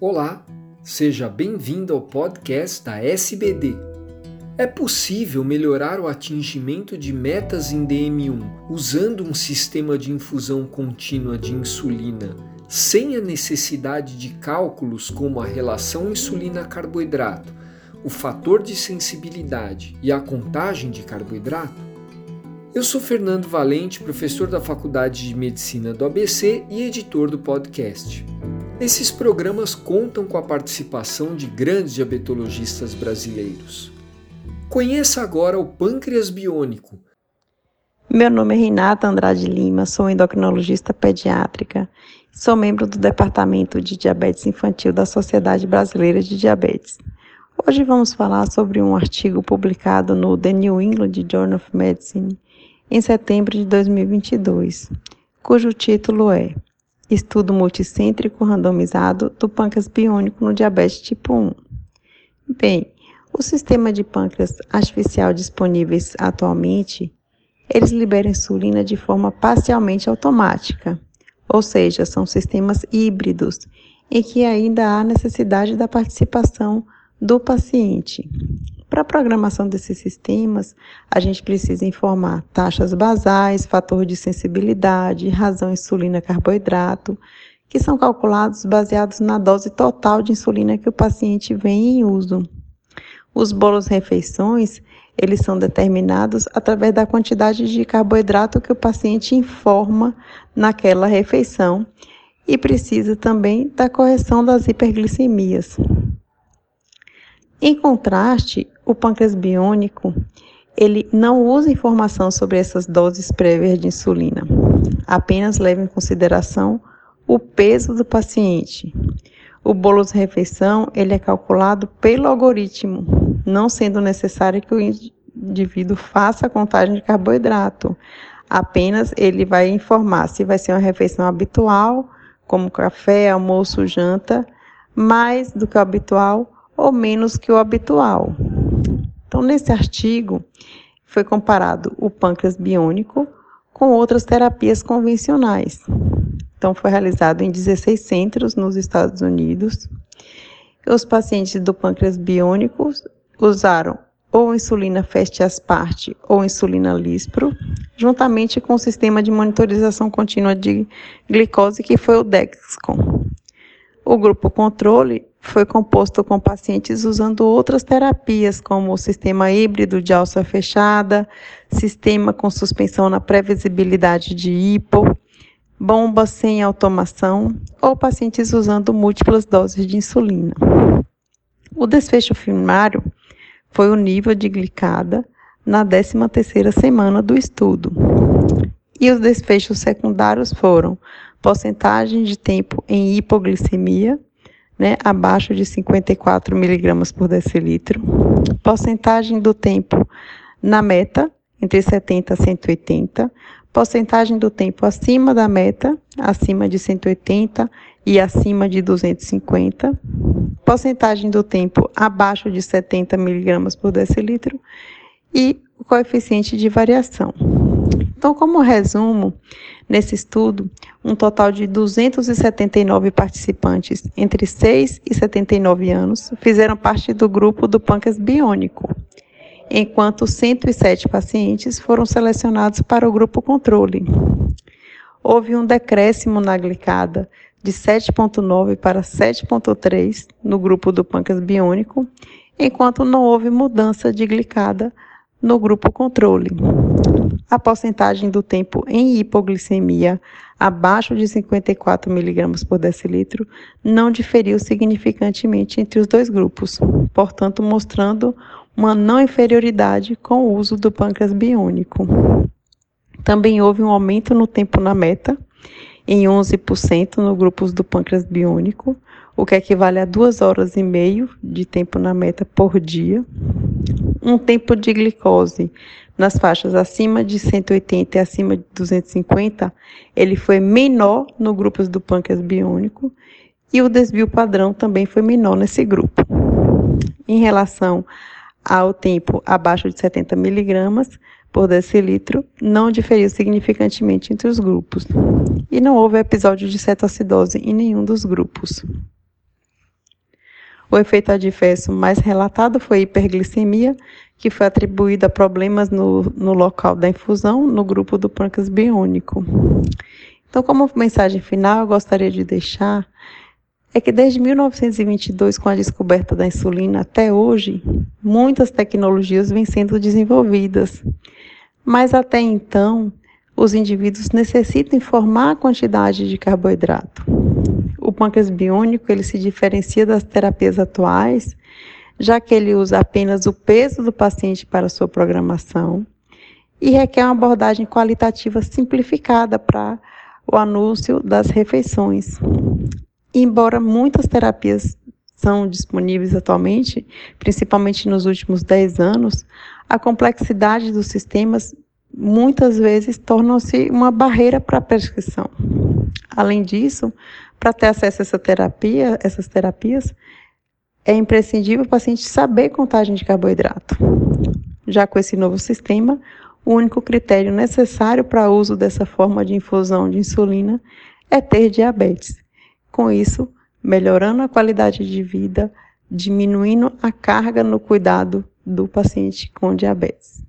Olá, seja bem-vindo ao podcast da SBD. É possível melhorar o atingimento de metas em DM1 usando um sistema de infusão contínua de insulina sem a necessidade de cálculos como a relação insulina-carboidrato, o fator de sensibilidade e a contagem de carboidrato? Eu sou Fernando Valente, professor da Faculdade de Medicina do ABC e editor do podcast. Esses programas contam com a participação de grandes diabetologistas brasileiros. Conheça agora o pâncreas biônico. Meu nome é Renata Andrade Lima, sou endocrinologista pediátrica, sou membro do Departamento de Diabetes Infantil da Sociedade Brasileira de Diabetes. Hoje vamos falar sobre um artigo publicado no The New England Journal of Medicine em setembro de 2022, cujo título é Estudo multicêntrico randomizado do pâncreas biônico no diabetes tipo 1. Bem, o sistema de pâncreas artificial disponíveis atualmente, eles liberam insulina de forma parcialmente automática, ou seja, são sistemas híbridos, em que ainda há necessidade da participação do paciente. Para a programação desses sistemas, a gente precisa informar taxas basais, fator de sensibilidade, razão insulina-carboidrato, que são calculados baseados na dose total de insulina que o paciente vem em uso. Os bolos refeições, eles são determinados através da quantidade de carboidrato que o paciente informa naquela refeição e precisa também da correção das hiperglicemias. Em contraste, o pâncreas biônico, ele não usa informação sobre essas doses prévias de insulina, apenas leva em consideração o peso do paciente. O bolo de refeição, ele é calculado pelo algoritmo, não sendo necessário que o indivíduo faça a contagem de carboidrato. Apenas ele vai informar se vai ser uma refeição habitual, como café, almoço, janta, mais do que o habitual ou menos que o habitual. Então, nesse artigo, foi comparado o pâncreas biônico com outras terapias convencionais. Então, foi realizado em 16 centros nos Estados Unidos. Os pacientes do pâncreas biônico usaram ou insulina Fast Asparte ou insulina Lispro, juntamente com o sistema de monitorização contínua de glicose, que foi o Dexcom. O grupo controle foi composto com pacientes usando outras terapias, como o sistema híbrido de alça fechada, sistema com suspensão na previsibilidade de hipo, bomba sem automação, ou pacientes usando múltiplas doses de insulina. O desfecho primário foi o nível de glicada na 13ª semana do estudo. E os desfechos secundários foram porcentagem de tempo em hipoglicemia, abaixo de 54 mg por decilitro, porcentagem do tempo na meta, entre 70 e 180, porcentagem do tempo acima da meta, acima de 180 e acima de 250, porcentagem do tempo abaixo de 70 mg por decilitro e o coeficiente de variação. Então, como resumo, nesse estudo, um total de 279 participantes entre 6 e 79 anos fizeram parte do grupo do pâncreas biônico, enquanto 107 pacientes foram selecionados para o grupo controle. Houve um decréscimo na glicada de 7,9 para 7,3 no grupo do pâncreas biônico, enquanto não houve mudança de glicada no grupo controle. A porcentagem do tempo em hipoglicemia abaixo de 54 mg por decilitro não diferiu significantemente entre os dois grupos, portanto mostrando uma não inferioridade com o uso do pâncreas biônico. Também houve um aumento no tempo na meta, em 11% no grupo do pâncreas biônico, o que equivale a 2 horas e meia de tempo na meta por dia. Um tempo de glicose nas faixas acima de 180 e acima de 250, ele foi menor no grupo do pâncreas biônico e o desvio padrão também foi menor nesse grupo. Em relação ao tempo abaixo de 70 mg por decilitro, não diferiu significantemente entre os grupos. E não houve episódio de cetoacidose em nenhum dos grupos. O efeito adverso mais relatado foi hiperglicemia, que foi atribuído a problemas no local da infusão, no grupo do pâncreas biônico. Então, como mensagem final, eu gostaria de deixar que desde 1922, com a descoberta da insulina até hoje, muitas tecnologias vêm sendo desenvolvidas. Mas até então, os indivíduos necessitam informar a quantidade de carboidrato. O pâncreas biônico ele se diferencia das terapias atuais, já que ele usa apenas o peso do paciente para sua programação e requer uma abordagem qualitativa simplificada para o anúncio das refeições. Embora muitas terapias são disponíveis atualmente, principalmente nos últimos 10 anos, a complexidade dos sistemas muitas vezes torna-se uma barreira para a prescrição. Além disso, para ter acesso a essas terapias, é imprescindível o paciente saber contagem de carboidrato. Já com esse novo sistema, o único critério necessário para o uso dessa forma de infusão de insulina é ter diabetes. Com isso, melhorando a qualidade de vida, diminuindo a carga no cuidado do paciente com diabetes.